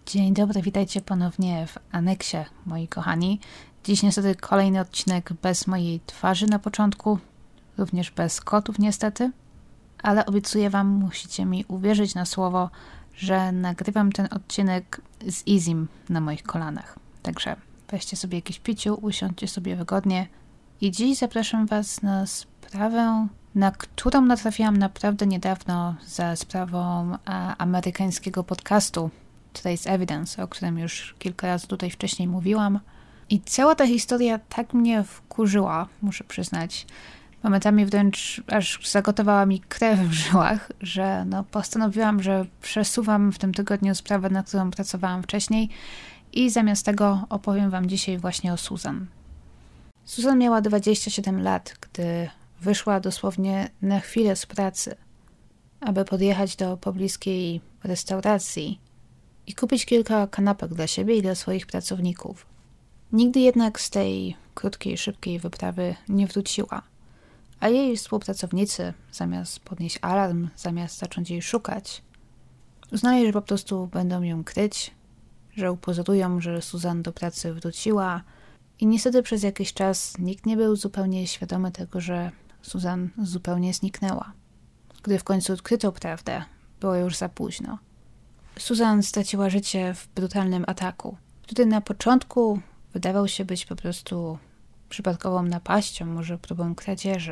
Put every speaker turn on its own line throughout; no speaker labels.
Dzień dobry, witajcie ponownie w aneksie, moi kochani. Dziś niestety kolejny odcinek bez mojej twarzy na początku, również bez kotów niestety, ale obiecuję wam, musicie mi uwierzyć na słowo, że nagrywam ten odcinek z Izim na moich kolanach. Także weźcie sobie jakieś piciu, usiądźcie sobie wygodnie i dziś zapraszam was na sprawę, na którą natrafiłam naprawdę niedawno za sprawą amerykańskiego podcastu Trace Evidence, o którym już kilka razy tutaj wcześniej mówiłam. I cała ta historia tak mnie wkurzyła, muszę przyznać. Momentami wręcz aż zagotowała mi krew w żyłach, że postanowiłam, że przesuwam w tym tygodniu sprawę, na którą pracowałam wcześniej i zamiast tego opowiem wam dzisiaj właśnie o Susan. Susan miała 27 lat, gdy wyszła dosłownie na chwilę z pracy, aby podjechać do pobliskiej restauracji i kupić kilka kanapek dla siebie i dla swoich pracowników. Nigdy jednak z tej krótkiej, szybkiej wyprawy nie wróciła, a jej współpracownicy, zamiast podnieść alarm, zamiast zacząć jej szukać, uznali, że po prostu będą ją kryć, że upozorują, że Susan do pracy wróciła i niestety przez jakiś czas nikt nie był zupełnie świadomy tego, że Susan zupełnie zniknęła. Gdy w końcu odkryto prawdę, było już za późno. Susan straciła życie w brutalnym ataku, który na początku wydawał się być po prostu przypadkową napaścią, może próbą kradzieży.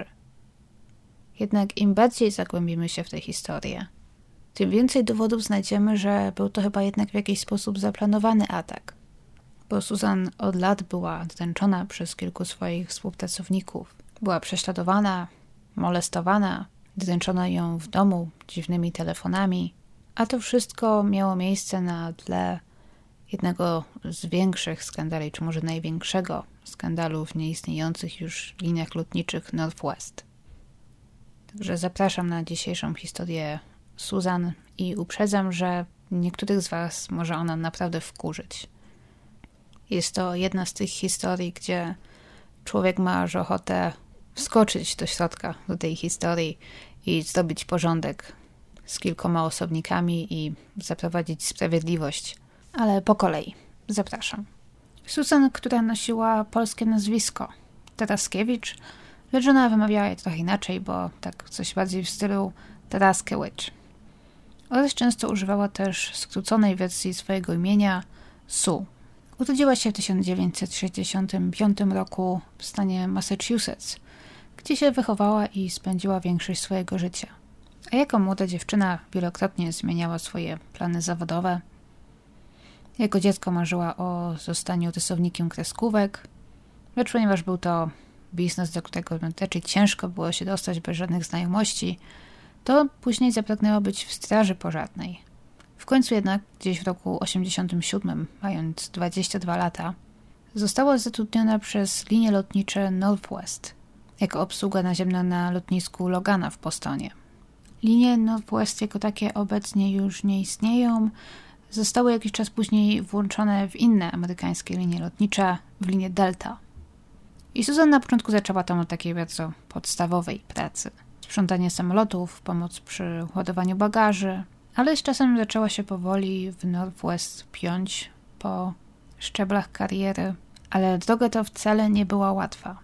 Jednak im bardziej zagłębimy się w tę historię, tym więcej dowodów znajdziemy, że był to chyba jednak w jakiś sposób zaplanowany atak. Bo Susan od lat była dręczona przez kilku swoich współpracowników. Była prześladowana, molestowana, dręczono ją w domu dziwnymi telefonami, a to wszystko miało miejsce na tle jednego z większych skandali, czy może największego skandalu w nieistniejących już liniach lotniczych Northwest. Także zapraszam na dzisiejszą historię Susan i uprzedzam, że niektórych z was może ona naprawdę wkurzyć. Jest to jedna z tych historii, gdzie człowiek ma aż ochotę wskoczyć do środka, do tej historii i zrobić porządek z kilkoma osobnikami i zaprowadzić sprawiedliwość. Ale po kolei. Zapraszam. Susan, która nosiła polskie nazwisko Taraskiewicz, lecz ona wymawiała je trochę inaczej, bo tak coś bardziej w stylu Taraskiewicz. Oraz często używała też skróconej wersji swojego imienia Sue. Urodziła się w 1965 roku w stanie Massachusetts, gdzie się wychowała i spędziła większość swojego życia. A jako młoda dziewczyna wielokrotnie zmieniała swoje plany zawodowe. Jako dziecko marzyła o zostaniu rysownikiem kreskówek, lecz ponieważ był to biznes, do którego raczej ciężko było się dostać bez żadnych znajomości, to później zapragnęła być w straży pożarnej. W końcu jednak, gdzieś w roku 1987, mając 22 lata, została zatrudniona przez linie lotnicze Northwest jako obsługa naziemna na lotnisku Logana w Bostonie. Linie Northwest jako takie obecnie już nie istnieją, zostały jakiś czas później włączone w inne amerykańskie linie lotnicze, w linię Delta. I Susan na początku zaczęła tam od takiej bardzo podstawowej pracy. Sprzątanie samolotów, pomoc przy ładowaniu bagaży, ale z czasem zaczęła się powoli w Northwest piąć po szczeblach kariery, ale droga to wcale nie była łatwa.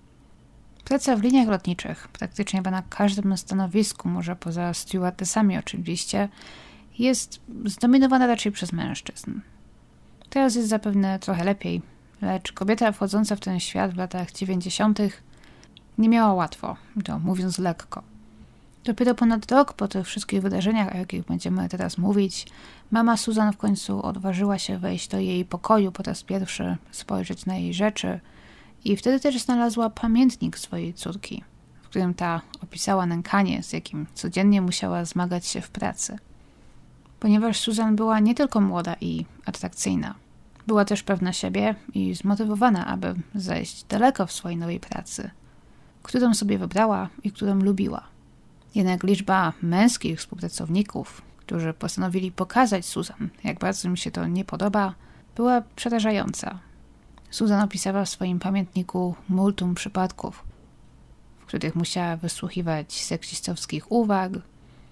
Praca w liniach lotniczych, praktycznie na każdym stanowisku, może poza stewardessami oczywiście, jest zdominowana raczej przez mężczyzn. Teraz jest zapewne trochę lepiej, lecz kobieta wchodząca w ten świat w latach 90. nie miała łatwo, to mówiąc lekko. Dopiero ponad rok po tych wszystkich wydarzeniach, o jakich będziemy teraz mówić, mama Susan w końcu odważyła się wejść do jej pokoju po raz pierwszy, spojrzeć na jej rzeczy i wtedy też znalazła pamiętnik swojej córki, w którym ta opisała nękanie, z jakim codziennie musiała zmagać się w pracy. Ponieważ Susan była nie tylko młoda i atrakcyjna, była też pewna siebie i zmotywowana, aby zajść daleko w swojej nowej pracy, którą sobie wybrała i którą lubiła. Jednak liczba męskich współpracowników, którzy postanowili pokazać Susan, jak bardzo im się to nie podoba, była przerażająca. Susan opisała w swoim pamiętniku multum przypadków, w których musiała wysłuchiwać seksistowskich uwag,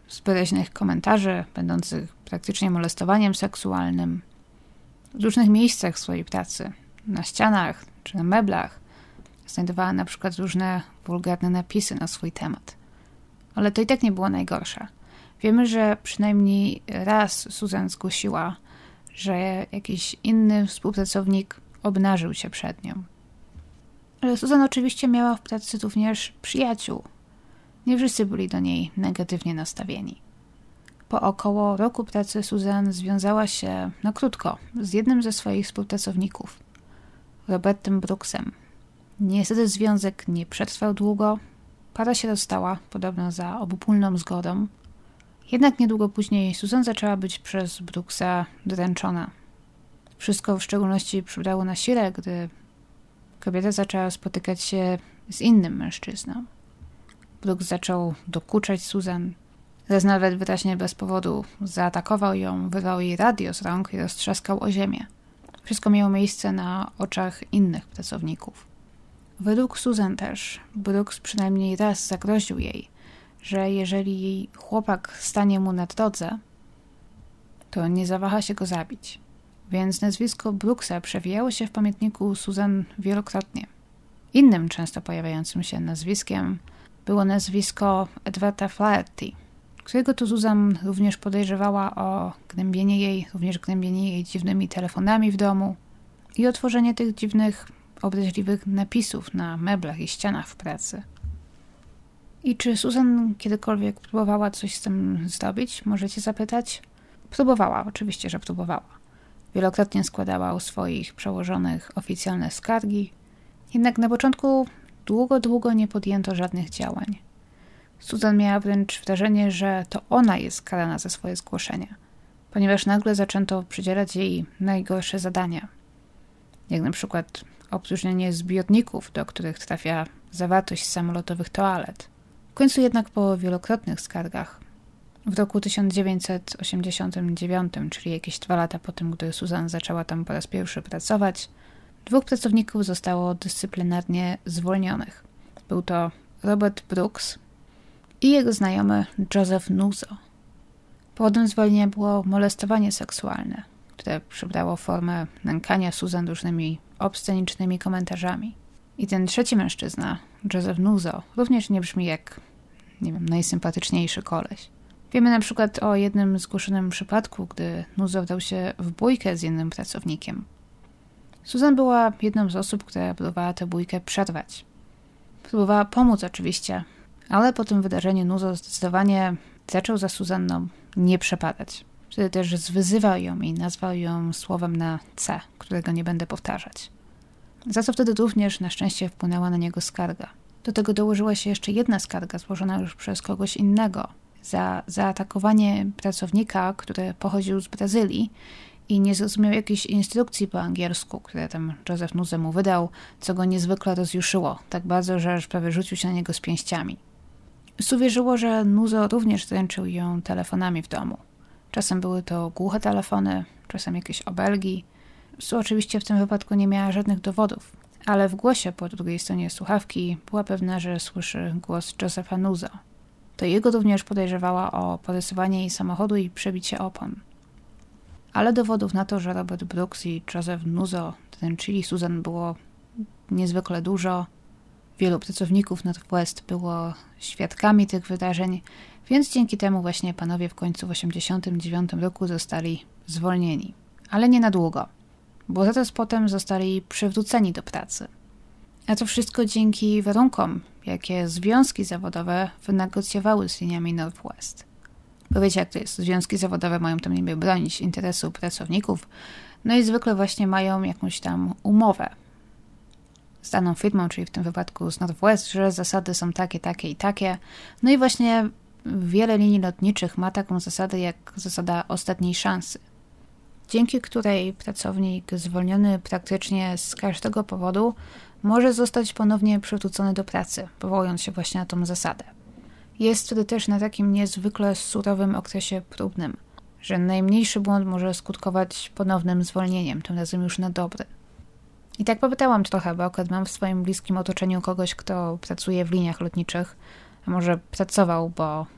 z wyraźnych komentarzy, będących praktycznie molestowaniem seksualnym, w różnych miejscach w swojej pracy, na ścianach czy na meblach. Znajdowała na przykład różne wulgarne napisy na swój temat. Ale to i tak nie było najgorsze. Wiemy, że przynajmniej raz Susan zgłosiła, że jakiś inny współpracownik obnażył się przed nią. Ale Susan oczywiście miała w pracy również przyjaciół. Nie wszyscy byli do niej negatywnie nastawieni. Po około roku pracy Susan związała się na krótko z jednym ze swoich współpracowników, Robertem Brooksem. Niestety związek nie przetrwał długo. Para się rozstała, podobno za obopólną zgodą. Jednak niedługo później Susan zaczęła być przez Brooksa dręczona. Wszystko w szczególności przybrało na sile, gdy kobieta zaczęła spotykać się z innym mężczyzną. Brooks zaczął dokuczać Susan. Raz nawet wyraźnie bez powodu zaatakował ją, wyrwał jej radio z rąk i roztrzaskał o ziemię. Wszystko miało miejsce na oczach innych pracowników. Według Susan też Brooks przynajmniej raz zagroził jej, że jeżeli jej chłopak stanie mu na drodze, to nie zawaha się go zabić. Więc nazwisko Brooksa przewijało się w pamiętniku Susan wielokrotnie. Innym często pojawiającym się nazwiskiem było nazwisko Edwarda Flaherty, którego to Susan również podejrzewała o gnębienie jej dziwnymi telefonami w domu i otworzenie tych dziwnych, obraźliwych napisów na meblach i ścianach w pracy. I czy Susan kiedykolwiek próbowała coś z tym zrobić? Możecie zapytać? Próbowała, oczywiście, że próbowała. Wielokrotnie składała u swoich przełożonych oficjalne skargi, jednak na początku długo nie podjęto żadnych działań. Susan miała wręcz wrażenie, że to ona jest karana za swoje zgłoszenia, ponieważ nagle zaczęto przydzielać jej najgorsze zadania, jak na przykład opróżnienie zbiorników, do których trafia zawartość samolotowych toalet. W końcu jednak po wielokrotnych skargach, w roku 1989, czyli jakieś 2 lata po tym, gdy Susan zaczęła tam po raz pierwszy pracować, 2 pracowników zostało dyscyplinarnie zwolnionych. Był to Robert Brooks i jego znajomy Joseph Nuzo. Powodem zwolnienia było molestowanie seksualne, które przybrało formę nękania Susan różnymi obscenicznymi komentarzami. I ten trzeci mężczyzna, Joseph Nuzo, również nie brzmi jak, najsympatyczniejszy koleś. Wiemy na przykład o jednym zgłoszonym przypadku, gdy Nuzo wdał się w bójkę z innym pracownikiem. Susan była jedną z osób, która próbowała tę bójkę przerwać. Próbowała pomóc oczywiście, ale po tym wydarzeniu Nuzo zdecydowanie zaczął za Susanną nie przepadać. Wtedy też zwyzywał ją i nazwał ją słowem na C, którego nie będę powtarzać. Za co wtedy również na szczęście wpłynęła na niego skarga. Do tego dołożyła się jeszcze jedna skarga złożona już przez kogoś innego za zaatakowanie pracownika, który pochodził z Brazylii i nie zrozumiał jakiejś instrukcji po angielsku, które tam Joseph Nuzo mu wydał, co go niezwykle rozjuszyło, tak bardzo, że aż prawie rzucił się na niego z pięściami. Su wierzyło, że Nuzo również dręczył ją telefonami w domu. Czasem były to głuche telefony, czasem jakieś obelgi. Su oczywiście w tym wypadku nie miała żadnych dowodów, ale w głosie po drugiej stronie słuchawki była pewna, że słyszy głos Josepha Nuzo. To jego również podejrzewała o porysowanie jej samochodu i przebicie opon. Ale dowodów na to, że Robert Brooks i Joseph Nuzo dręczyli Susan, było niezwykle dużo. Wielu pracowników Northwest było świadkami tych wydarzeń, więc dzięki temu właśnie panowie w końcu w 1989 roku zostali zwolnieni. Ale nie na długo, bo zaraz potem zostali przywróceni do pracy. A to wszystko dzięki warunkom, jakie związki zawodowe wynegocjowały z liniami Northwest. Bo wiecie, jak to jest. Związki zawodowe mają tam niby bronić interesu pracowników, no i zwykle właśnie mają jakąś tam umowę z daną firmą, czyli w tym wypadku z Northwest, że zasady są takie, takie i takie. No i właśnie wiele linii lotniczych ma taką zasadę jak zasada ostatniej szansy, dzięki której pracownik zwolniony praktycznie z każdego powodu może zostać ponownie przywrócony do pracy, powołując się właśnie na tą zasadę. Jest wtedy też na takim niezwykle surowym okresie próbnym, że najmniejszy błąd może skutkować ponownym zwolnieniem, tym razem już na dobre. I tak popytałam trochę, bo akurat mam w swoim bliskim otoczeniu kogoś, kto pracuje w liniach lotniczych, a może pracował, bo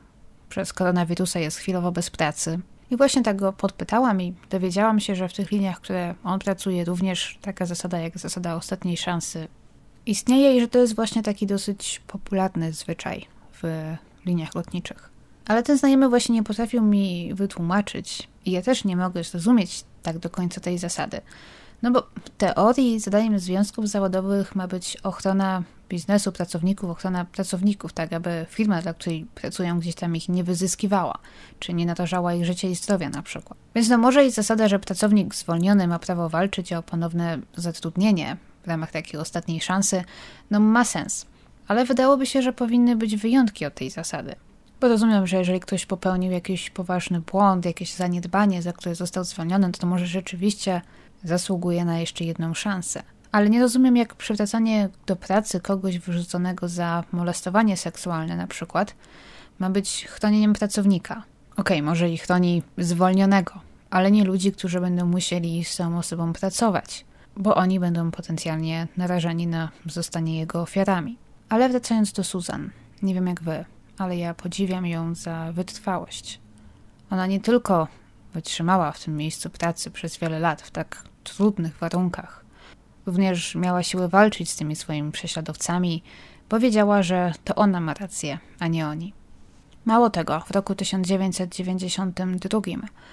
przez koronawirusa jest chwilowo bez pracy. I właśnie tak go podpytałam i dowiedziałam się, że w tych liniach, które on pracuje, również taka zasada jak zasada ostatniej szansy istnieje i że to jest właśnie taki dosyć popularny zwyczaj w liniach lotniczych. Ale ten znajomy właśnie nie potrafił mi wytłumaczyć i ja też nie mogę zrozumieć tak do końca tej zasady. No bo w teorii zadaniem związków zawodowych ma być ochrona biznesu, pracowników, ochrona pracowników, tak aby firma, dla której pracują, gdzieś tam ich nie wyzyskiwała, czy nie narażała ich życia i zdrowia na przykład. Więc no może jest zasada, że pracownik zwolniony ma prawo walczyć o ponowne zatrudnienie w ramach takiej ostatniej szansy, no ma sens. Ale wydałoby się, że powinny być wyjątki od tej zasady. Bo rozumiem, że jeżeli ktoś popełnił jakiś poważny błąd, jakieś zaniedbanie, za które został zwolniony, to może rzeczywiście zasługuje na jeszcze jedną szansę. Ale nie rozumiem, jak przywracanie do pracy kogoś wyrzuconego za molestowanie seksualne na przykład ma być chronieniem pracownika. Okej, może i chroni zwolnionego, ale nie ludzi, którzy będą musieli z tą osobą pracować, bo oni będą potencjalnie narażeni na zostanie jego ofiarami. Ale wracając do Susan, nie wiem jak wy, ale ja podziwiam ją za wytrwałość. Ona nie tylko wytrzymała w tym miejscu pracy przez wiele lat w tak trudnych warunkach, również miała siłę walczyć z tymi swoimi prześladowcami, bo wiedziała, że to ona ma rację, a nie oni. Mało tego, w roku 1992,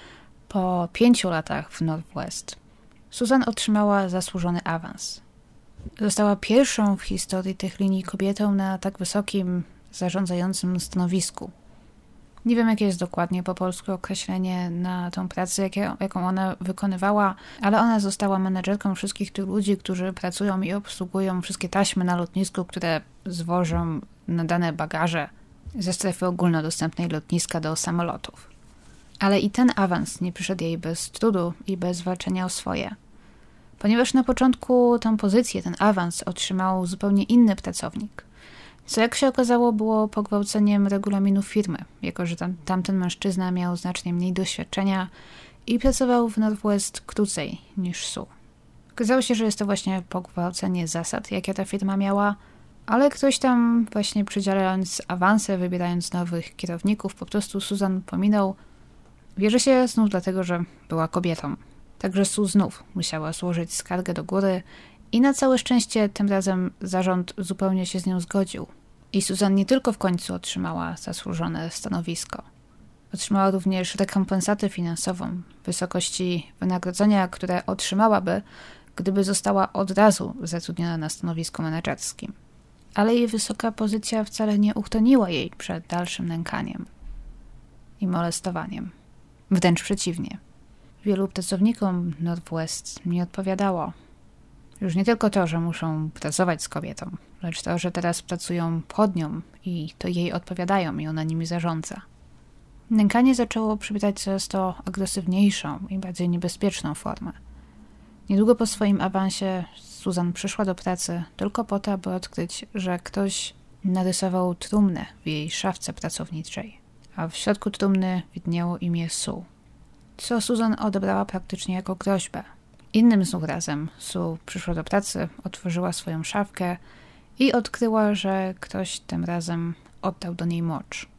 po 5 latach w Northwest, Susan otrzymała zasłużony awans. Została pierwszą w historii tych linii kobietą na tak wysokim, zarządzającym stanowisku. Nie wiem, jakie jest dokładnie po polsku określenie na tą pracę, jaką ona wykonywała, ale ona została menedżerką wszystkich tych ludzi, którzy pracują i obsługują wszystkie taśmy na lotnisku, które zwożą nadane bagaże ze strefy ogólnodostępnej lotniska do samolotów. Ale i ten awans nie przyszedł jej bez trudu i bez walczenia o swoje. Ponieważ na początku tę pozycję, ten awans otrzymał zupełnie inny pracownik, co jak się okazało było pogwałceniem regulaminu firmy, jako że tamten mężczyzna miał znacznie mniej doświadczenia i pracował w Northwest krócej niż Sue. Okazało się, że jest to właśnie pogwałcenie zasad, jakie ta firma miała, ale ktoś tam właśnie przydzielając awanse, wybierając nowych kierowników, po prostu Susan pominął. Bierze się znów dlatego, że była kobietą. Także Sue znów musiała złożyć skargę do góry i na całe szczęście tym razem zarząd zupełnie się z nią zgodził. I Susan nie tylko w końcu otrzymała zasłużone stanowisko. Otrzymała również rekompensatę finansową w wysokości wynagrodzenia, które otrzymałaby, gdyby została od razu zatrudniona na stanowisku menedżerskim. Ale jej wysoka pozycja wcale nie uchroniła jej przed dalszym nękaniem i molestowaniem. Wręcz przeciwnie. Wielu pracownikom Northwest nie odpowiadało. Już nie tylko to, że muszą pracować z kobietą, lecz to, że teraz pracują pod nią i to jej odpowiadają i ona nimi zarządza. Nękanie zaczęło przybierać coraz to agresywniejszą i bardziej niebezpieczną formę. Niedługo po swoim awansie Susan przyszła do pracy tylko po to, aby odkryć, że ktoś narysował trumnę w jej szafce pracowniczej, a w środku trumny widniało imię Sue, co Susan odebrała praktycznie jako groźbę. Innym znów razem Sue przyszła do pracy, otworzyła swoją szafkę i odkryła, że ktoś tym razem oddał do niej mocz.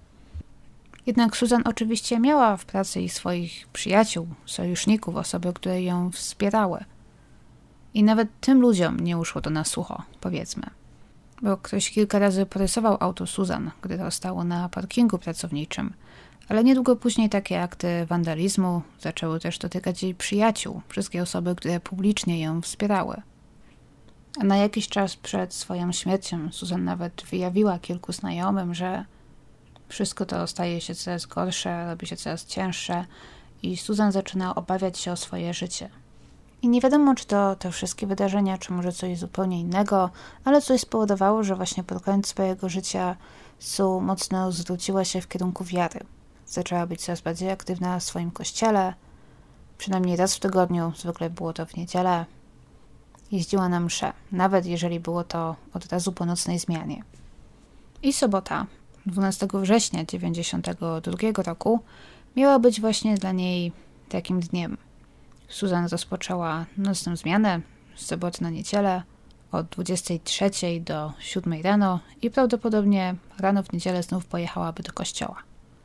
Jednak Susan oczywiście miała w pracy i swoich przyjaciół, sojuszników, osoby, które ją wspierały. I nawet tym ludziom nie uszło to na sucho, powiedzmy. Bo ktoś kilka razy porysował auto Susan, gdy to stało na parkingu pracowniczym, ale niedługo później takie akty wandalizmu zaczęły też dotykać jej przyjaciół, wszystkie osoby, które publicznie ją wspierały. A na jakiś czas przed swoją śmiercią Susan nawet wyjawiła kilku znajomym, że wszystko to staje się coraz gorsze, robi się coraz cięższe i Susan zaczyna obawiać się o swoje życie. I nie wiadomo, czy to te wszystkie wydarzenia, czy może coś zupełnie innego, ale coś spowodowało, że właśnie pod koniec swojego życia Sue mocno zwróciła się w kierunku wiary. Zaczęła być coraz bardziej aktywna w swoim kościele, przynajmniej raz w tygodniu, zwykle było to w niedzielę. Jeździła na msze, nawet jeżeli było to od razu po nocnej zmianie. I sobota, 12 września 1992 roku, miała być właśnie dla niej takim dniem. Susan rozpoczęła nocną zmianę z soboty na niedzielę od 23 do 7 rano i prawdopodobnie rano w niedzielę znów pojechałaby do kościoła.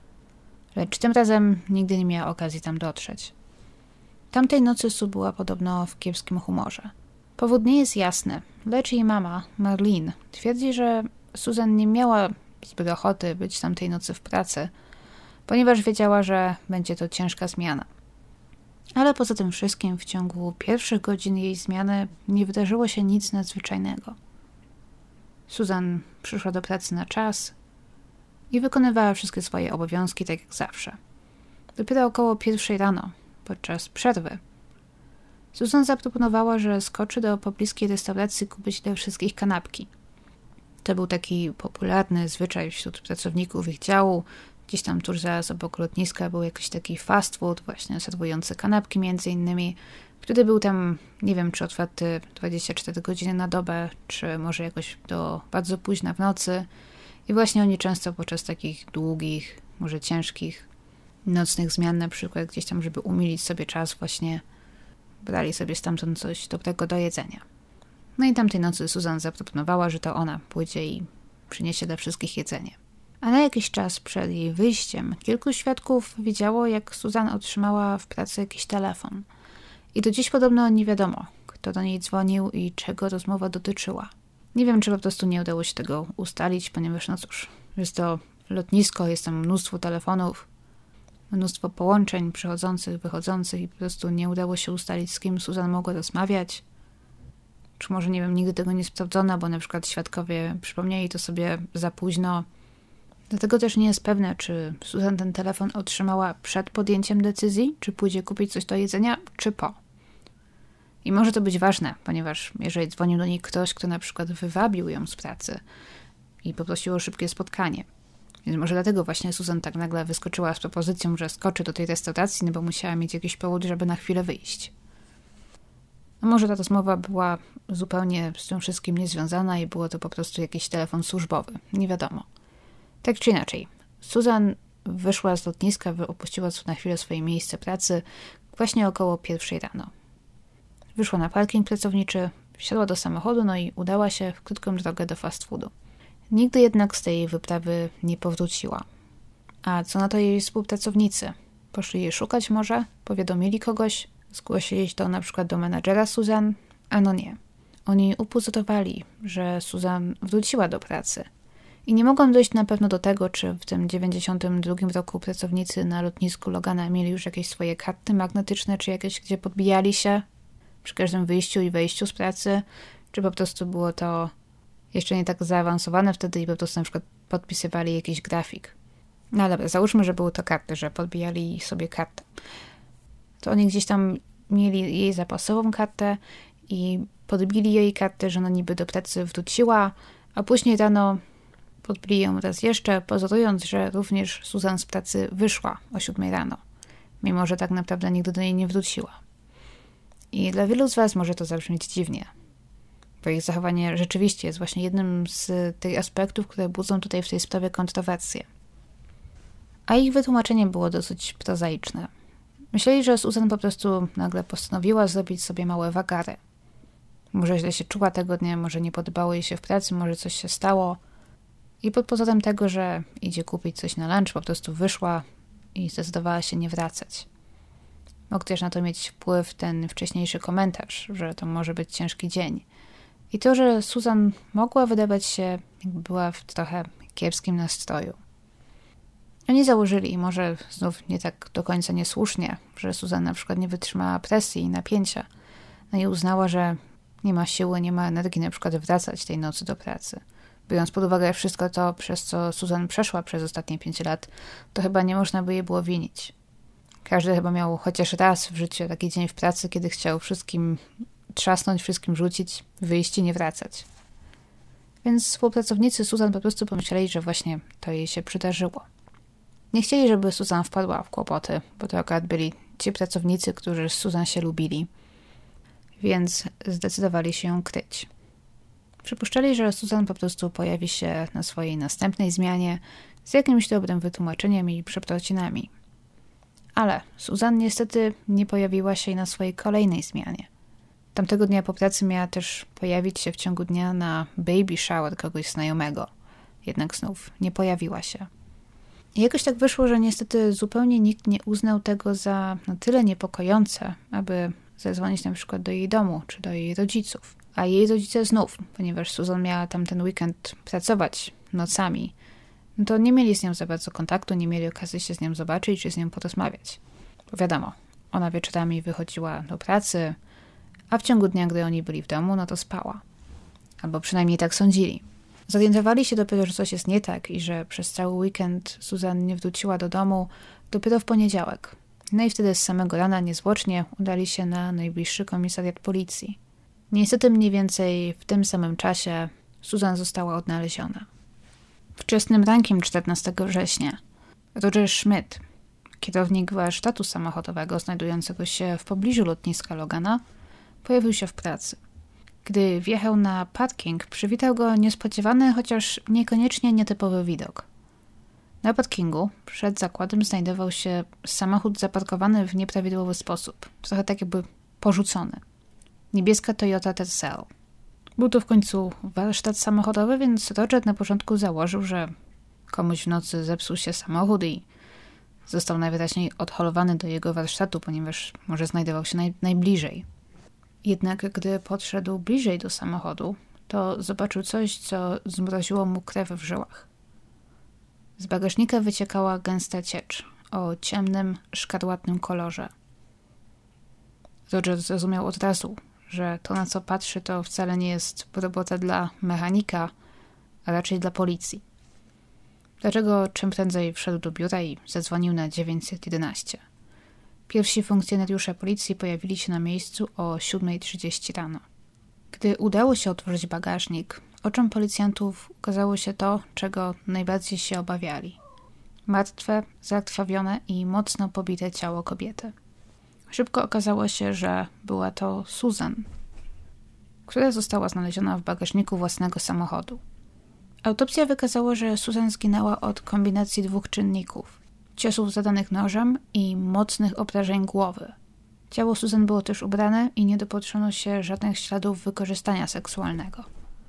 Lecz tym razem nigdy nie miała okazji tam dotrzeć. Tamtej nocy Sue była podobno w kiepskim humorze. Powód nie jest jasny, lecz jej mama, Marlene, twierdzi, że Susan nie miała zbyt ochoty być tamtej nocy w pracy, ponieważ wiedziała, że będzie to ciężka zmiana. Ale poza tym wszystkim w ciągu pierwszych godzin jej zmiany nie wydarzyło się nic nadzwyczajnego. Susan przyszła do pracy na czas i wykonywała wszystkie swoje obowiązki tak jak zawsze. Dopiero około 1:00 rano, podczas przerwy, Susan zaproponowała, że skoczy do pobliskiej restauracji kupić dla wszystkich kanapki. To był taki popularny zwyczaj wśród pracowników ich działu. Gdzieś tam tuż zaraz obok lotniska był jakiś taki fast food, właśnie serwujący kanapki między innymi, który był tam, nie wiem, czy otwarty 24 godziny na dobę, czy może jakoś do bardzo późna w nocy. I właśnie oni często podczas takich długich, może ciężkich, nocnych zmian na przykład, gdzieś tam, żeby umilić sobie czas, właśnie brali sobie stamtąd coś dobrego do jedzenia. No i tamtej nocy Susan zaproponowała, że to ona pójdzie i przyniesie dla wszystkich jedzenie. A na jakiś czas przed jej wyjściem kilku świadków widziało, jak Susan otrzymała w pracy jakiś telefon. I do dziś podobno nie wiadomo, kto do niej dzwonił i czego rozmowa dotyczyła. Nie wiem, czy po prostu nie udało się tego ustalić, ponieważ no cóż, jest to lotnisko, jest tam mnóstwo telefonów, mnóstwo połączeń przychodzących, wychodzących i po prostu nie udało się ustalić, z kim Susan mogła rozmawiać. Czy może, nie wiem, nigdy tego nie sprawdzono, bo na przykład świadkowie przypomnieli to sobie za późno. Dlatego też nie jest pewne, czy Susan ten telefon otrzymała przed podjęciem decyzji, czy pójdzie kupić coś do jedzenia, czy po. I może to być ważne, ponieważ jeżeli dzwonił do niej ktoś, kto na przykład wywabił ją z pracy i poprosił o szybkie spotkanie. Więc może dlatego właśnie Susan tak nagle wyskoczyła z propozycją, że skoczy do tej restauracji, no bo musiała mieć jakiś powód, żeby na chwilę wyjść. A może ta rozmowa była zupełnie z tym wszystkim niezwiązana i było to po prostu jakiś telefon służbowy. Nie wiadomo. Tak czy inaczej, Susan wyszła z lotniska, opuściła na chwilę swoje miejsce pracy właśnie około 1:00 rano. Wyszła na parking pracowniczy, wsiadła do samochodu, no i udała się w krótką drogę do fast foodu. Nigdy jednak z tej wyprawy nie powróciła. A co na to jej współpracownicy? Poszli jej szukać może? Powiadomili kogoś? Zgłosili to na przykład do menadżera Susan? Ano nie. Oni upozorowali, że Susan wróciła do pracy. I nie mogłam dojść na pewno do tego, czy w tym 92 roku pracownicy na lotnisku Logana mieli już jakieś swoje karty magnetyczne, czy jakieś, gdzie podbijali się przy każdym wyjściu i wejściu z pracy, czy po prostu było to jeszcze nie tak zaawansowane wtedy i po prostu na przykład podpisywali jakiś grafik. No dobra, załóżmy, że były to karty, że podbijali sobie kartę. To oni gdzieś tam mieli jej zapasową kartę i podbili jej kartę, że ona niby do pracy wróciła, a później rano podbili ją raz jeszcze, pozorując, że również Susan z pracy wyszła o 7:00 rano, mimo że tak naprawdę nigdy do niej nie wróciła. I dla wielu z was może to zabrzmieć dziwnie, bo ich zachowanie rzeczywiście jest właśnie jednym z tych aspektów, które budzą tutaj w tej sprawie kontrowersje. A ich wytłumaczenie było dosyć prozaiczne. Myśleli, że Susan po prostu nagle postanowiła zrobić sobie małe wagary. Może źle się czuła tego dnia, może nie podobało jej się w pracy, może coś się stało. I pod pozorem tego, że idzie kupić coś na lunch, po prostu wyszła i zdecydowała się nie wracać. Mógł też na to mieć wpływ ten wcześniejszy komentarz, że to może być ciężki dzień. I to, że Susan mogła wydawać się, jakby była w trochę kiepskim nastroju. Oni założyli, może znów nie tak do końca niesłusznie, że Susan na przykład nie wytrzymała presji i napięcia. No i uznała, że nie ma siły, nie ma energii na przykład wracać tej nocy do pracy. Biorąc pod uwagę wszystko to, przez co Susan przeszła przez ostatnie 5 lat, to chyba nie można by jej było winić. Każdy chyba miał chociaż raz w życiu taki dzień w pracy, kiedy chciał wszystkim trzasnąć, wszystkim rzucić, wyjść i nie wracać. Więc współpracownicy Susan po prostu pomyśleli, że właśnie to jej się przydarzyło. Nie chcieli, żeby Susan wpadła w kłopoty, bo to akurat byli ci pracownicy, którzy z Susan się lubili, więc zdecydowali się ją kryć. Przypuszczali, że Susan po prostu pojawi się na swojej następnej zmianie z jakimś dobrym wytłumaczeniem i przeprosinami. Ale Susan niestety nie pojawiła się na swojej kolejnej zmianie. Tamtego dnia po pracy miała też pojawić się w ciągu dnia na baby shower kogoś znajomego. Jednak znów nie pojawiła się. I jakoś tak wyszło, że niestety zupełnie nikt nie uznał tego za na tyle niepokojące, aby zadzwonić na przykład do jej domu czy do jej rodziców. A jej rodzice znów, ponieważ Susan miała tam ten weekend pracować nocami, no to nie mieli z nią za bardzo kontaktu, nie mieli okazji się z nią zobaczyć czy z nią porozmawiać. Bo wiadomo, ona wieczorami wychodziła do pracy, a w ciągu dnia, gdy oni byli w domu, no to spała. Albo przynajmniej tak sądzili. Zorientowali się dopiero, że coś jest nie tak i że przez cały weekend Susan nie wróciła do domu dopiero w poniedziałek. No i wtedy z samego rana niezwłocznie udali się na najbliższy komisariat policji. Niestety mniej więcej w tym samym czasie Susan została odnaleziona. Wczesnym rankiem 14 września Roger Schmidt, kierownik warsztatu samochodowego znajdującego się w pobliżu lotniska Logana, pojawił się w pracy. Gdy wjechał na parking, przywitał go niespodziewany, chociaż niekoniecznie nietypowy widok. Na parkingu przed zakładem znajdował się samochód zaparkowany w nieprawidłowy sposób, trochę tak jakby porzucony. Niebieska Toyota Tercel. Był to w końcu warsztat samochodowy, więc Roger na początku założył, że komuś w nocy zepsuł się samochód i został najwyraźniej odholowany do jego warsztatu, ponieważ może znajdował się najbliżej. Jednak gdy podszedł bliżej do samochodu, to zobaczył coś, co zmroziło mu krew w żyłach. Z bagażnika wyciekała gęsta ciecz o ciemnym, szkarłatnym kolorze. Roger zrozumiał od razu, że to, na co patrzy, to wcale nie jest robota dla mechanika, a raczej dla policji. Dlaczego czym prędzej wszedł do biura i zadzwonił na 911. Pierwsi funkcjonariusze policji pojawili się na miejscu o 7:30 rano. Gdy udało się otworzyć bagażnik, oczom policjantów ukazało się to, czego najbardziej się obawiali. Martwe, zakrwawione i mocno pobite ciało kobiety. Szybko okazało się, że była to Susan, która została znaleziona w bagażniku własnego samochodu. Autopsja wykazała, że Susan zginęła od kombinacji dwóch czynników: ciosów zadanych nożem i mocnych obrażeń głowy. Ciało Susan było też ubrane i nie dopatrzono się żadnych śladów wykorzystania seksualnego.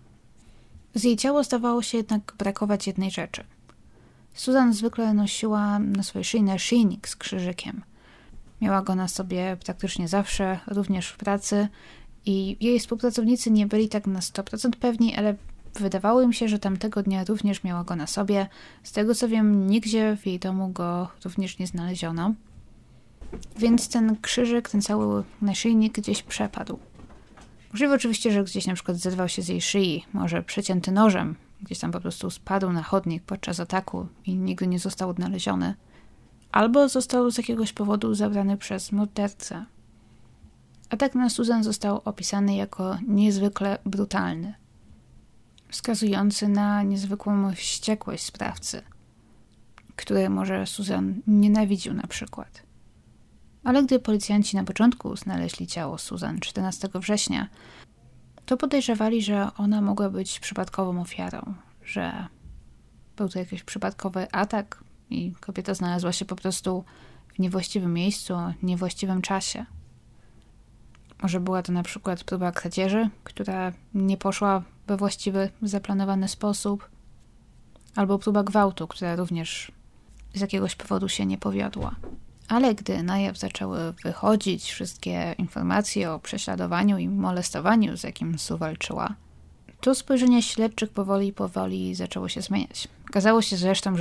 Z jej ciała zdawało się jednak brakować jednej rzeczy. Susan zwykle nosiła na swojej szyi naszyjnik z krzyżykiem. Miała go na sobie praktycznie zawsze, również w pracy, i jej współpracownicy nie byli tak na 100% pewni, ale wydawało im się, że tamtego dnia również miała go na sobie. Z tego co wiem, nigdzie w jej domu go również nie znaleziono. Więc ten krzyżyk, ten cały naszyjnik gdzieś przepadł. Możliwe oczywiście, że gdzieś na przykład zerwał się z jej szyi, może przecięty nożem, gdzieś tam po prostu spadł na chodnik podczas ataku i nigdy nie został odnaleziony. Albo został z jakiegoś powodu zabrany przez mordercę. Atak na Susan został opisany jako niezwykle brutalny, wskazujący na niezwykłą wściekłość sprawcy, który może Susan nienawidził na przykład. Ale gdy policjanci na początku znaleźli ciało Susan 14 września, to podejrzewali, że ona mogła być przypadkową ofiarą, że był to jakiś przypadkowy atak i kobieta znalazła się po prostu w niewłaściwym miejscu, o niewłaściwym czasie. Może była to na przykład próba kradzieży, która nie poszła we właściwy, zaplanowany sposób, albo próba gwałtu, która również z jakiegoś powodu się nie powiodła. Ale gdy na jaw zaczęły wychodzić wszystkie informacje o prześladowaniu i molestowaniu, z jakim Sue walczyła, to spojrzenie śledczych powoli zaczęło się zmieniać. Okazało się zresztą,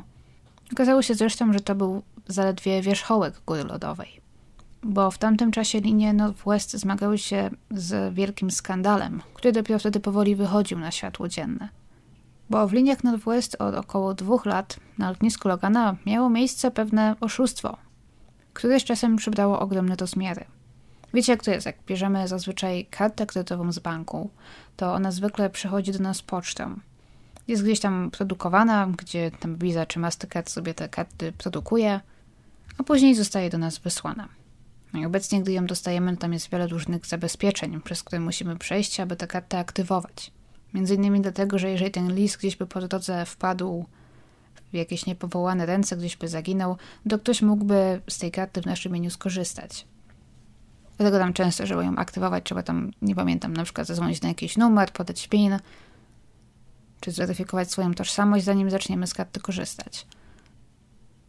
że to był zaledwie wierzchołek góry lodowej. Bo w tamtym czasie linie Northwest zmagały się z wielkim skandalem, który dopiero wtedy powoli wychodził na światło dzienne. Bo w liniach Northwest od około 2 lat na lotnisku Logana miało miejsce pewne oszustwo, które z czasem przybrało ogromne rozmiary. Wiecie jak to jest, jak bierzemy zazwyczaj kartę kredytową z banku, to ona zwykle przychodzi do nas pocztą. Jest gdzieś tam produkowana, gdzie tam Visa czy Mastercard sobie te karty produkuje, a później zostaje do nas wysłana. No i obecnie, gdy ją dostajemy, tam jest wiele różnych zabezpieczeń, przez które musimy przejść, aby tę kartę aktywować. Między innymi dlatego, że jeżeli ten list gdzieś by po drodze wpadł w jakieś niepowołane ręce, gdzieś by zaginął, to ktoś mógłby z tej karty w naszym imieniu skorzystać. Dlatego tam często, żeby ją aktywować, trzeba tam, nie pamiętam, na przykład zadzwonić na jakiś numer, podać PIN, czy zweryfikować swoją tożsamość, zanim zaczniemy z karty korzystać.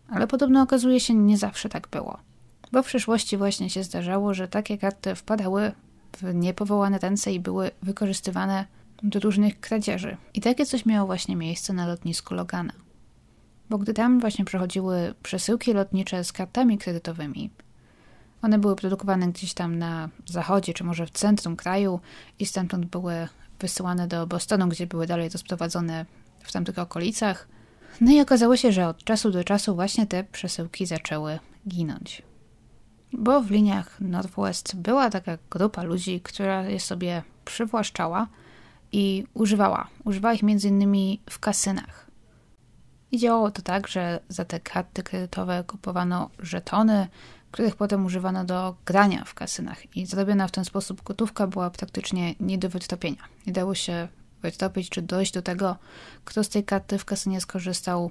Ale podobno okazuje się, nie zawsze tak było. Bo w przeszłości właśnie się zdarzało, że takie karty wpadały w niepowołane ręce i były wykorzystywane do różnych kradzieży. I takie coś miało właśnie miejsce na lotnisku Logana. Bo gdy tam właśnie przechodziły przesyłki lotnicze z kartami kredytowymi, one były produkowane gdzieś tam na zachodzie, czy może w centrum kraju i stamtąd były wysyłane do Bostonu, gdzie były dalej rozprowadzone w tamtych okolicach. No i okazało się, że od czasu do czasu właśnie te przesyłki zaczęły ginąć. Bo w liniach Northwest była taka grupa ludzi, która je sobie przywłaszczała i używała ich m.in. w kasynach. I działało to tak, że za te karty kredytowe kupowano żetony, których potem używano do grania w kasynach. I zrobiona w ten sposób gotówka była praktycznie nie do wytropienia. Nie dało się wytropić czy dojść do tego, kto z tej karty w kasynie skorzystał.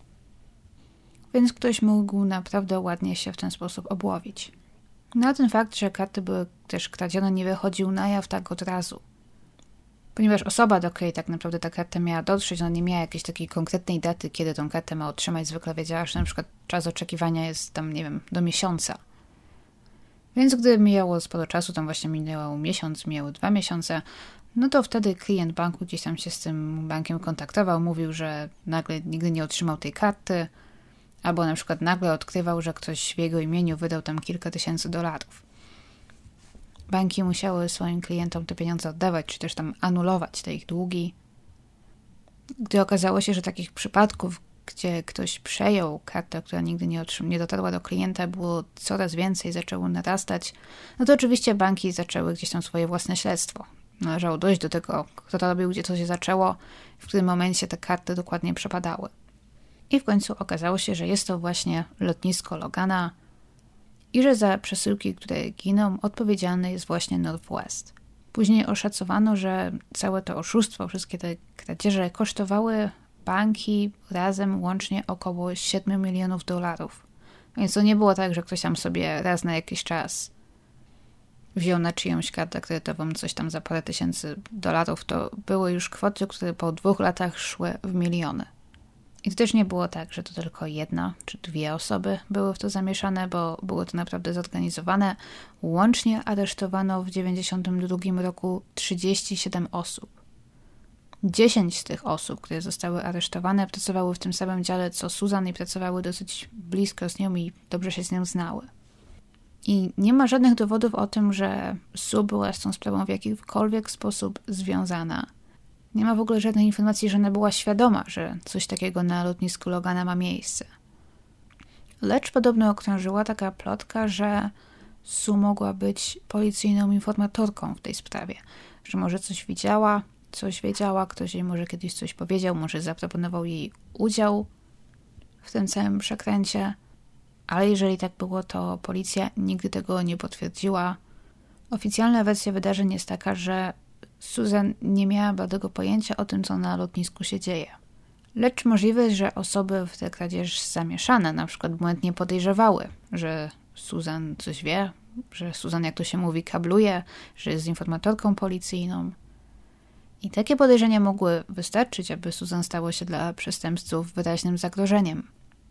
Więc ktoś mógł naprawdę ładnie się w ten sposób obłowić. No a ten fakt, że karty były też kradzione, nie wychodził na jaw tak od razu. Ponieważ osoba, do której tak naprawdę ta karta miała dotrzeć, ona nie miała jakiejś takiej konkretnej daty, kiedy tą kartę ma otrzymać. Zwykle wiedziała, że na przykład czas oczekiwania jest tam, nie wiem, do miesiąca. Więc gdy mijało sporo czasu, tam właśnie minęło miesiąc, mijały 2 miesiące, no to wtedy klient banku gdzieś tam się z tym bankiem kontaktował, mówił, że nagle nigdy nie otrzymał tej karty, albo na przykład nagle odkrywał, że ktoś w jego imieniu wydał tam kilka tysięcy dolarów. Banki musiały swoim klientom te pieniądze oddawać, czy też tam anulować te ich długi. Gdy okazało się, że takich przypadków, gdzie ktoś przejął kartę, która nigdy nie dotarła do klienta, było coraz więcej, zaczęło narastać, no to oczywiście banki zaczęły gdzieś tam swoje własne śledztwo. Należało dojść do tego, kto to robił, gdzie to się zaczęło, w którym momencie te karty dokładnie przepadały. I w końcu okazało się, że jest to właśnie lotnisko Logana i że za przesyłki, które giną, odpowiedzialny jest właśnie Northwest. Później oszacowano, że całe to oszustwo, wszystkie te kradzieże kosztowały banki razem łącznie około 7 milionów dolarów. Więc to nie było tak, że ktoś tam sobie raz na jakiś czas wziął na czyjąś kartę kredytową coś tam za parę tysięcy dolarów. To były już kwoty, które po 2 latach szły w miliony. I to też nie było tak, że to tylko 1 czy 2 osoby były w to zamieszane, bo było to naprawdę zorganizowane. Łącznie aresztowano w 1992 roku 37 osób. 10 z tych osób, które zostały aresztowane, pracowały w tym samym dziale co Susan i pracowały dosyć blisko z nią i dobrze się z nią znały. I nie ma żadnych dowodów o tym, że Sue była z tą sprawą w jakikolwiek sposób związana. Nie ma w ogóle żadnej informacji, że ona była świadoma, że coś takiego na lotnisku Logana ma miejsce. Lecz podobno okrążyła taka plotka, że Sue mogła być policyjną informatorką w tej sprawie. Że może coś widziała, coś wiedziała, ktoś jej może kiedyś coś powiedział, może zaproponował jej udział w tym całym przekręcie. Ale jeżeli tak było, to policja nigdy tego nie potwierdziła. Oficjalna wersja wydarzeń jest taka, że Susan nie miała bladego pojęcia o tym, co na lotnisku się dzieje. Lecz możliwe jest, że osoby w tę kradzież zamieszane na przykład błędnie podejrzewały, że Susan coś wie, że Susan, jak to się mówi, kabluje, że jest informatorką policyjną. I takie podejrzenia mogły wystarczyć, aby Susan stało się dla przestępców wyraźnym zagrożeniem.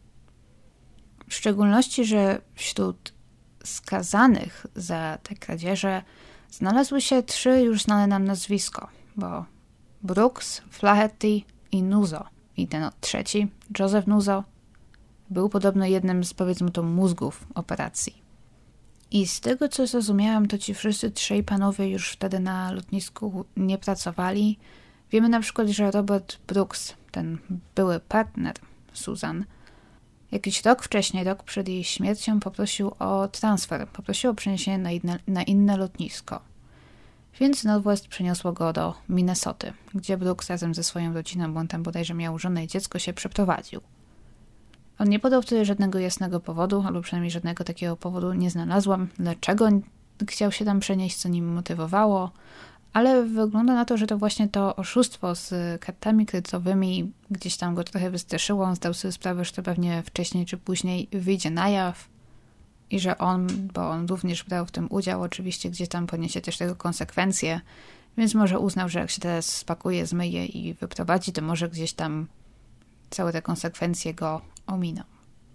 W szczególności, że wśród skazanych za te kradzieże znalazły się 3 już znane nam nazwisko, bo Brooks, Flaherty i Nuzzo. I ten trzeci, Joseph Nuzzo, był podobno jednym z, powiedzmy to, mózgów operacji. I z tego, co zrozumiałam, to ci wszyscy 3 panowie już wtedy na lotnisku nie pracowali. Wiemy na przykład, że Robert Brooks, ten były partner Susan, jakiś rok wcześniej, rok przed jej śmiercią, poprosił o transfer, poprosił o przeniesienie na inne lotnisko. Więc Northwest przeniosło go do Minnesoty, gdzie Brooks razem ze swoją rodziną, bo on tam bodajże miał żonę i dziecko, się przeprowadził. On nie podał wtedy żadnego jasnego powodu, albo przynajmniej żadnego takiego powodu nie znalazłam, dlaczego chciał się tam przenieść, co nim motywowało, ale wygląda na to, że to właśnie to oszustwo z kartami kredytowymi gdzieś tam go trochę wystraszyło. On zdał sobie sprawę, że to pewnie wcześniej czy później wyjdzie na jaw i że bo on również brał w tym udział, oczywiście gdzieś tam poniesie też tego konsekwencje, więc może uznał, że jak się teraz spakuje, zmyje i wyprowadzi, to może gdzieś tam całe te konsekwencje go ominą.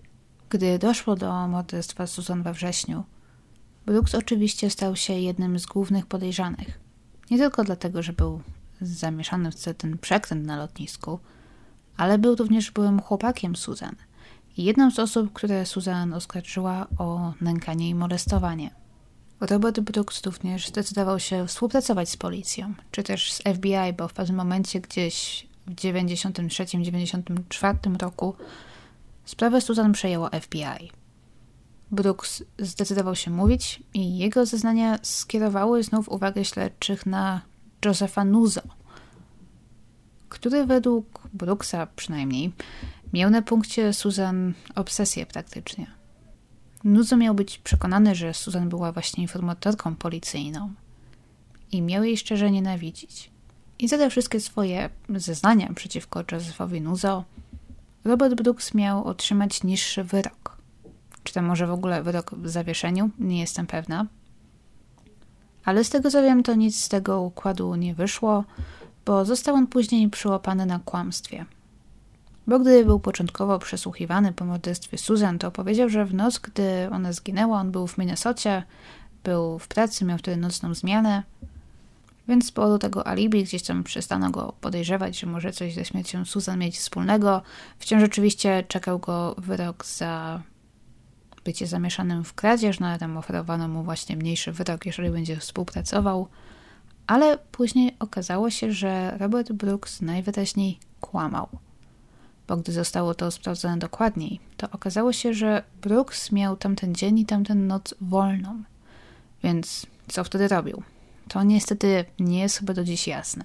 Gdy doszło do morderstwa Susan we wrześniu, Brooks oczywiście stał się jednym z głównych podejrzanych. Nie tylko dlatego, że był zamieszany w ten przekręt na lotnisku, ale był również byłym chłopakiem Susan i jedną z osób, które Susan oskarżyła o nękanie i molestowanie. Robert Brooks również zdecydował się współpracować z policją, czy też z FBI, bo w pewnym momencie gdzieś w 1993-1994 roku sprawę Susan przejęło FBI. Brooks zdecydował się mówić i jego zeznania skierowały znów uwagę śledczych na Josepha Nuzzo, który według Brooksa przynajmniej miał na punkcie Susan obsesję praktycznie. Nuzzo miał być przekonany, że Susan była właśnie informatorką policyjną i miał jej szczerze nienawidzić. I za te wszystkie swoje zeznania przeciwko Josephowi Nuzzo Robert Brooks miał otrzymać niższy wyrok. Czy to może w ogóle wyrok w zawieszeniu? Nie jestem pewna. Ale z tego co wiem, to nic z tego układu nie wyszło, bo został on później przyłapany na kłamstwie. Bo gdy był początkowo przesłuchiwany po morderstwie Susan, to powiedział, że w noc, gdy ona zginęła, on był w Minnesocie, był w pracy, miał wtedy nocną zmianę, więc z powodu tego alibi gdzieś tam przestano go podejrzewać, że może coś ze śmiercią Susan mieć wspólnego. Wciąż oczywiście czekał go wyrok za bycie zamieszanym w kradzież, no ale tam oferowano mu właśnie mniejszy wyrok, jeżeli będzie współpracował. Ale później okazało się, że Robert Brooks najwyraźniej kłamał. Bo gdy zostało to sprawdzone dokładniej, to okazało się, że Brooks miał tamten dzień i tamten noc wolną. Więc co wtedy robił? To niestety nie jest chyba do dziś jasne.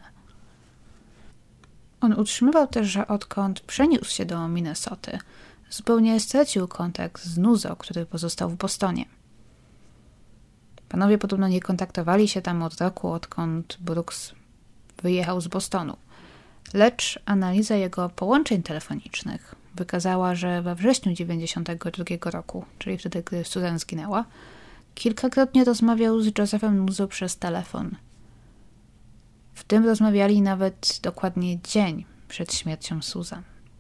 On utrzymywał też, że odkąd przeniósł się do Minnesoty, zupełnie stracił kontakt z Nuzzo, który pozostał w Bostonie. Panowie podobno nie kontaktowali się tam od roku, odkąd Brooks wyjechał z Bostonu. Lecz analiza jego połączeń telefonicznych wykazała, że we wrześniu 1992 roku, czyli wtedy, gdy Susan zginęła, kilkakrotnie rozmawiał z Josephem Nuzzo przez telefon. W tym rozmawiali nawet dokładnie dzień przed śmiercią Susan.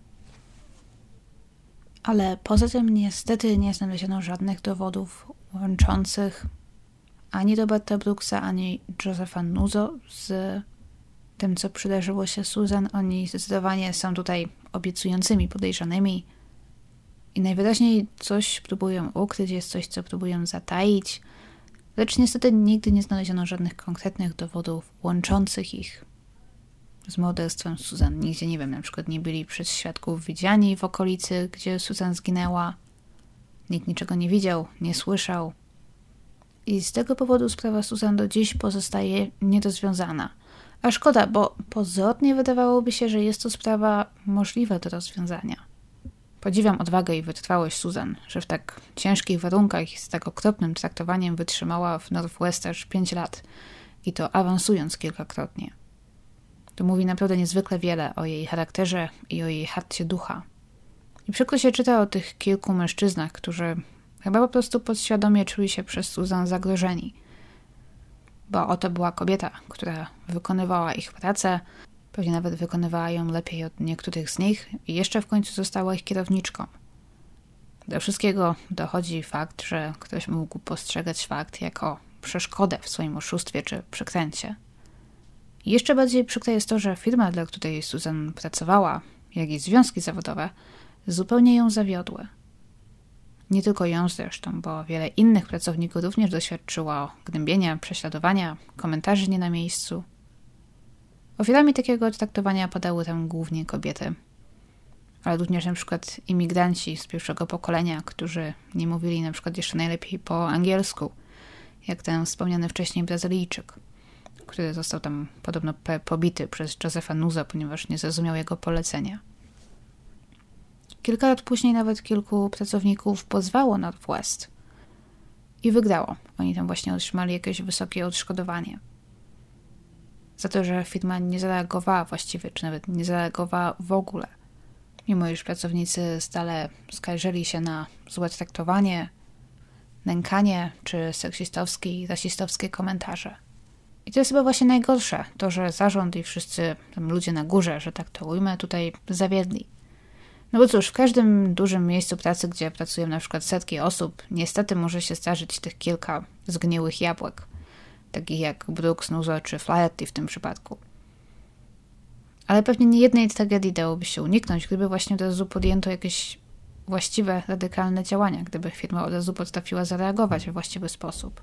Ale poza tym niestety nie znaleziono żadnych dowodów łączących ani Roberta Brooksa, ani Josepha Nuzzo z tym, co przydarzyło się Susan. Oni zdecydowanie są tutaj obiecującymi podejrzanymi i najwyraźniej coś próbują ukryć, jest coś, co próbują zataić, lecz niestety nigdy nie znaleziono żadnych konkretnych dowodów łączących ich z morderstwem Susan. Nigdzie, nie wiem, na przykład nie byli przez świadków widziani w okolicy, gdzie Susan zginęła. Nikt niczego nie widział, nie słyszał. I z tego powodu sprawa Susan do dziś pozostaje nierozwiązana. A szkoda, bo pozornie wydawałoby się, że jest to sprawa możliwa do rozwiązania. Podziwiam odwagę i wytrwałość Susan, że w tak ciężkich warunkach i z tak okropnym traktowaniem wytrzymała w Northwest aż 5 lat i to awansując kilkakrotnie. To mówi naprawdę niezwykle wiele o jej charakterze i o jej harcie ducha. I przykro się czyta o tych kilku mężczyznach, którzy chyba po prostu podświadomie czuli się przez Susan zagrożeni. Bo oto była kobieta, która wykonywała ich pracę, pewnie nawet wykonywała ją lepiej od niektórych z nich i jeszcze w końcu została ich kierowniczką. Do wszystkiego dochodzi fakt, że ktoś mógł postrzegać fakt jako przeszkodę w swoim oszustwie czy przekręcie. I jeszcze bardziej przykre jest to, że firma, dla której Susan pracowała, jak i związki zawodowe, zupełnie ją zawiodły. Nie tylko ją zresztą, bo wiele innych pracowników również doświadczyło gnębienia, prześladowania, komentarzy nie na miejscu. Ofiarami takiego traktowania padały tam głównie kobiety, ale również na przykład imigranci z pierwszego pokolenia, którzy nie mówili na przykład jeszcze najlepiej po angielsku, jak ten wspomniany wcześniej Brazylijczyk, który został tam podobno pobity przez Josepha Nuzzo, ponieważ nie zrozumiał jego polecenia. Kilka lat później nawet kilku pracowników pozwało Northwest i wygrało. Oni tam właśnie otrzymali jakieś wysokie odszkodowanie. Za to, że firma nie zareagowała właściwie, czy nawet nie zareagowała w ogóle. Mimo iż pracownicy stale skarżyli się na złe traktowanie, nękanie, czy seksistowskie i rasistowskie komentarze. I to jest chyba właśnie najgorsze, to, że zarząd i wszyscy tam ludzie na górze, że tak to ujmę, tutaj zawiedli. No bo cóż, w każdym dużym miejscu pracy, gdzie pracują na przykład setki osób, niestety może się zdarzyć tych kilka zgniłych jabłek, takich jak Brooks, Nuzo czy Flaherty w tym przypadku. Ale pewnie nie jednej tragedii dałoby się uniknąć, gdyby właśnie od razu podjęto jakieś właściwe, radykalne działania, gdyby firma od razu potrafiła zareagować we właściwy sposób.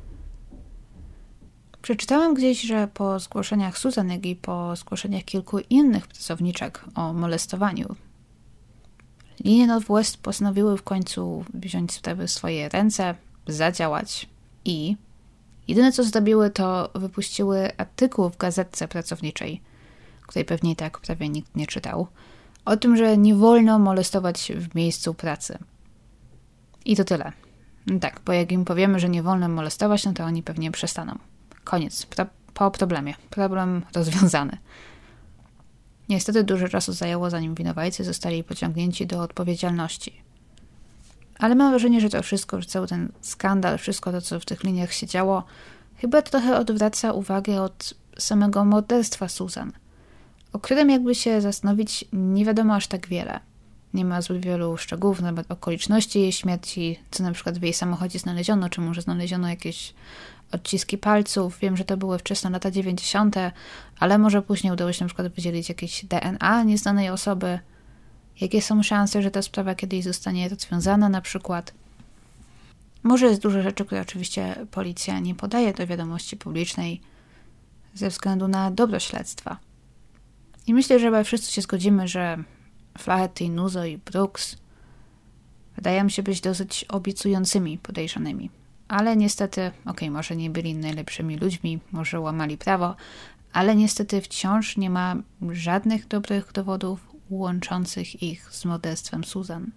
Przeczytałam gdzieś, że po zgłoszeniach Susan, jak i po zgłoszeniach kilku innych pracowniczek o molestowaniu, linie Northwest postanowiły w końcu wziąć sprawy w swoje ręce, zadziałać i jedyne co zrobiły, to wypuściły artykuł w gazetce pracowniczej, której pewnie i tak prawie nikt nie czytał, o tym, że nie wolno molestować w miejscu pracy. I to tyle. No tak, bo jak im powiemy, że nie wolno molestować, no to oni pewnie przestaną. Koniec. Po problemie. Problem rozwiązany. Niestety dużo czasu zajęło, zanim winowajcy zostali pociągnięci do odpowiedzialności. Ale mam wrażenie, że to wszystko, że cały ten skandal, wszystko to, co w tych liniach się działo, chyba trochę odwraca uwagę od samego morderstwa Susan, o którym jakby się zastanowić nie wiadomo aż tak wiele. Nie ma zbyt wielu szczegółów, nawet okoliczności jej śmierci, co na przykład w jej samochodzie znaleziono, czy może znaleziono jakieś odciski palców. Wiem, że to były wczesne lata 90., ale może później udało się na przykład wydzielić jakieś DNA nieznanej osoby. Jakie są szanse, że ta sprawa kiedyś zostanie rozwiązana na przykład? Może jest dużo rzeczy, które oczywiście policja nie podaje do wiadomości publicznej ze względu na dobro śledztwa. I myślę, że chyba wszyscy się zgodzimy, że Flaherty, Nuzo i Brooks wydają mi się być dosyć obiecującymi podejrzanymi. Ale niestety, może nie byli najlepszymi ludźmi, może łamali prawo, ale niestety wciąż nie ma żadnych dobrych dowodów łączących ich z morderstwem Susan.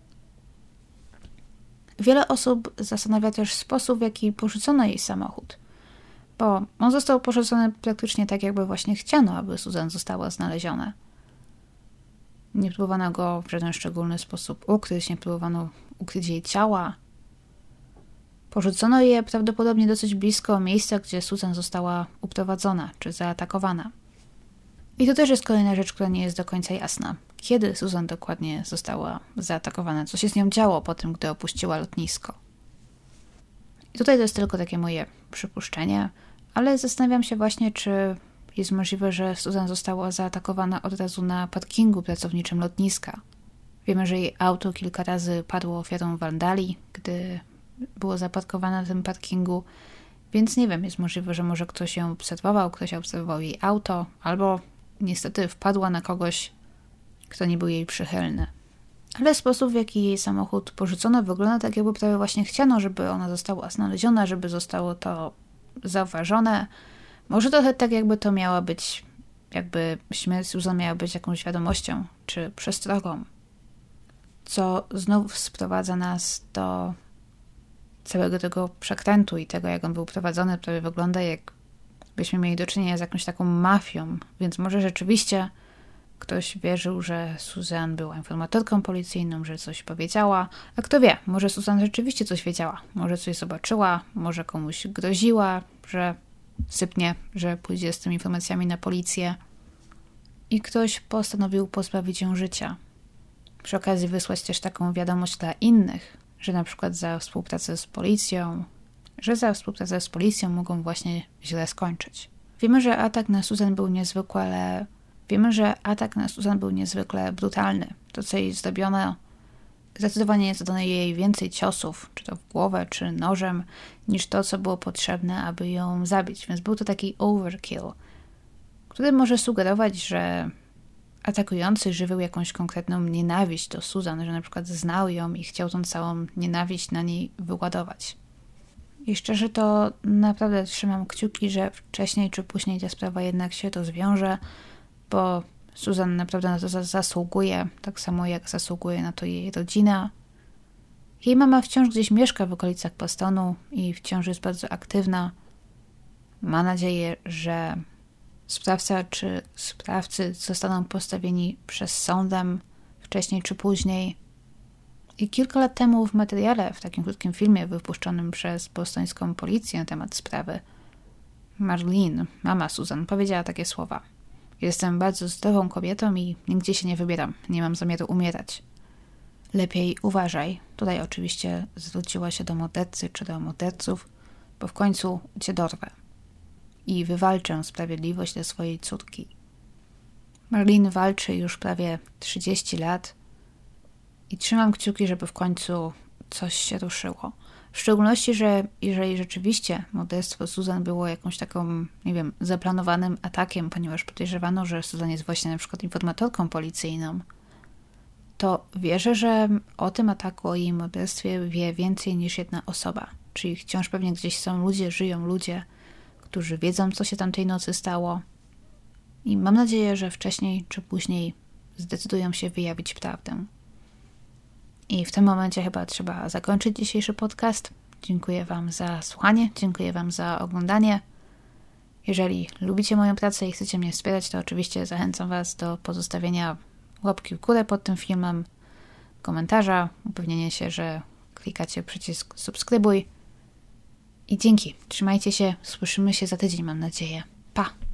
Wiele osób zastanawia też sposób, w jaki porzucono jej samochód, bo on został porzucony praktycznie tak, jakby właśnie chciano, aby Susan została znaleziona. Nie próbowano go w żaden szczególny sposób ukryć, nie próbowano ukryć jej ciała. Porzucono je prawdopodobnie dosyć blisko miejsca, gdzie Susan została uprowadzona czy zaatakowana. I to też jest kolejna rzecz, która nie jest do końca jasna. Kiedy Susan dokładnie została zaatakowana? Co się z nią działo po tym, gdy opuściła lotnisko? I tutaj to jest tylko takie moje przypuszczenie, ale zastanawiam się właśnie, czy jest możliwe, że Susan została zaatakowana od razu na parkingu pracowniczym lotniska. Wiemy, że jej auto kilka razy padło ofiarą wandali, gdy było zaparkowane na tym parkingu, więc nie wiem, jest możliwe, że może ktoś ją obserwował, ktoś obserwował jej auto, albo niestety wpadła na kogoś, kto nie był jej przychylny. Ale sposób, w jaki jej samochód porzucono, wygląda tak, jakby prawie właśnie chciano, żeby ona została znaleziona, żeby zostało to zauważone. Może trochę tak, jakby to miała być, jakby śmierć Susan miała być jakąś wiadomością, czy przestrogą. Co znów sprowadza nas do całego tego przekrętu i tego, jak on był prowadzony, prawie wygląda, jakbyśmy mieli do czynienia z jakąś taką mafią, więc może rzeczywiście ktoś wierzył, że Susan była informatorką policyjną, że coś powiedziała, a kto wie, może Susan rzeczywiście coś wiedziała, może coś zobaczyła, może komuś groziła, że sypnie, że pójdzie z tymi informacjami na policję i ktoś postanowił pozbawić ją życia. Przy okazji wysłać też taką wiadomość dla innych, że na przykład za współpracę z policją, mogą właśnie źle skończyć. Wiemy, że atak na Susan był niezwykle brutalny. To, co jej zrobiono, zdecydowanie zadano jej więcej ciosów, czy to w głowę, czy nożem, niż to, co było potrzebne, aby ją zabić. Więc był to taki overkill, który może sugerować, że atakujący żywił jakąś konkretną nienawiść do Susan, że na przykład znał ją i chciał tą całą nienawiść na niej wyładować. I szczerze to naprawdę trzymam kciuki, że wcześniej czy później ta sprawa jednak się rozwiąże, bo Susan naprawdę na to zasługuje, tak samo jak zasługuje na to jej rodzina. Jej mama wciąż gdzieś mieszka w okolicach Bostonu i wciąż jest bardzo aktywna. Ma nadzieję, że sprawca czy sprawcy zostaną postawieni przez sądem wcześniej czy później. I kilka lat temu w materiale, w takim krótkim filmie wypuszczonym przez bostońską policję na temat sprawy, Marlene, mama Susan, powiedziała takie słowa: jestem bardzo zdrową kobietą i nigdzie się nie wybieram, nie mam zamiaru umierać. lepiej uważaj. Tutaj oczywiście zwróciła się do mordercy czy do morderców, bo w końcu cię dorwę i wywalczę sprawiedliwość dla swojej córki. Marlene walczy już prawie 30 lat i trzymam kciuki, żeby w końcu coś się ruszyło. W szczególności, że jeżeli rzeczywiście morderstwo Susan było jakąś taką, nie wiem, zaplanowanym atakiem, ponieważ podejrzewano, że Susan jest właśnie na przykład informatorką policyjną, to wierzę, że o tym ataku, o jej morderstwie wie więcej niż jedna osoba. Czyli wciąż pewnie gdzieś są ludzie, żyją ludzie, którzy wiedzą, co się tamtej nocy stało. I mam nadzieję, że wcześniej czy później zdecydują się wyjawić prawdę. I w tym momencie chyba trzeba zakończyć dzisiejszy podcast. Dziękuję Wam za słuchanie, dziękuję Wam za oglądanie. Jeżeli lubicie moją pracę i chcecie mnie wspierać, to oczywiście zachęcam Was do pozostawienia łapki w górę pod tym filmem, komentarza, upewnienie się, że klikacie przycisk subskrybuj. I dzięki. Trzymajcie się. Słyszymy się za tydzień, mam nadzieję. Pa!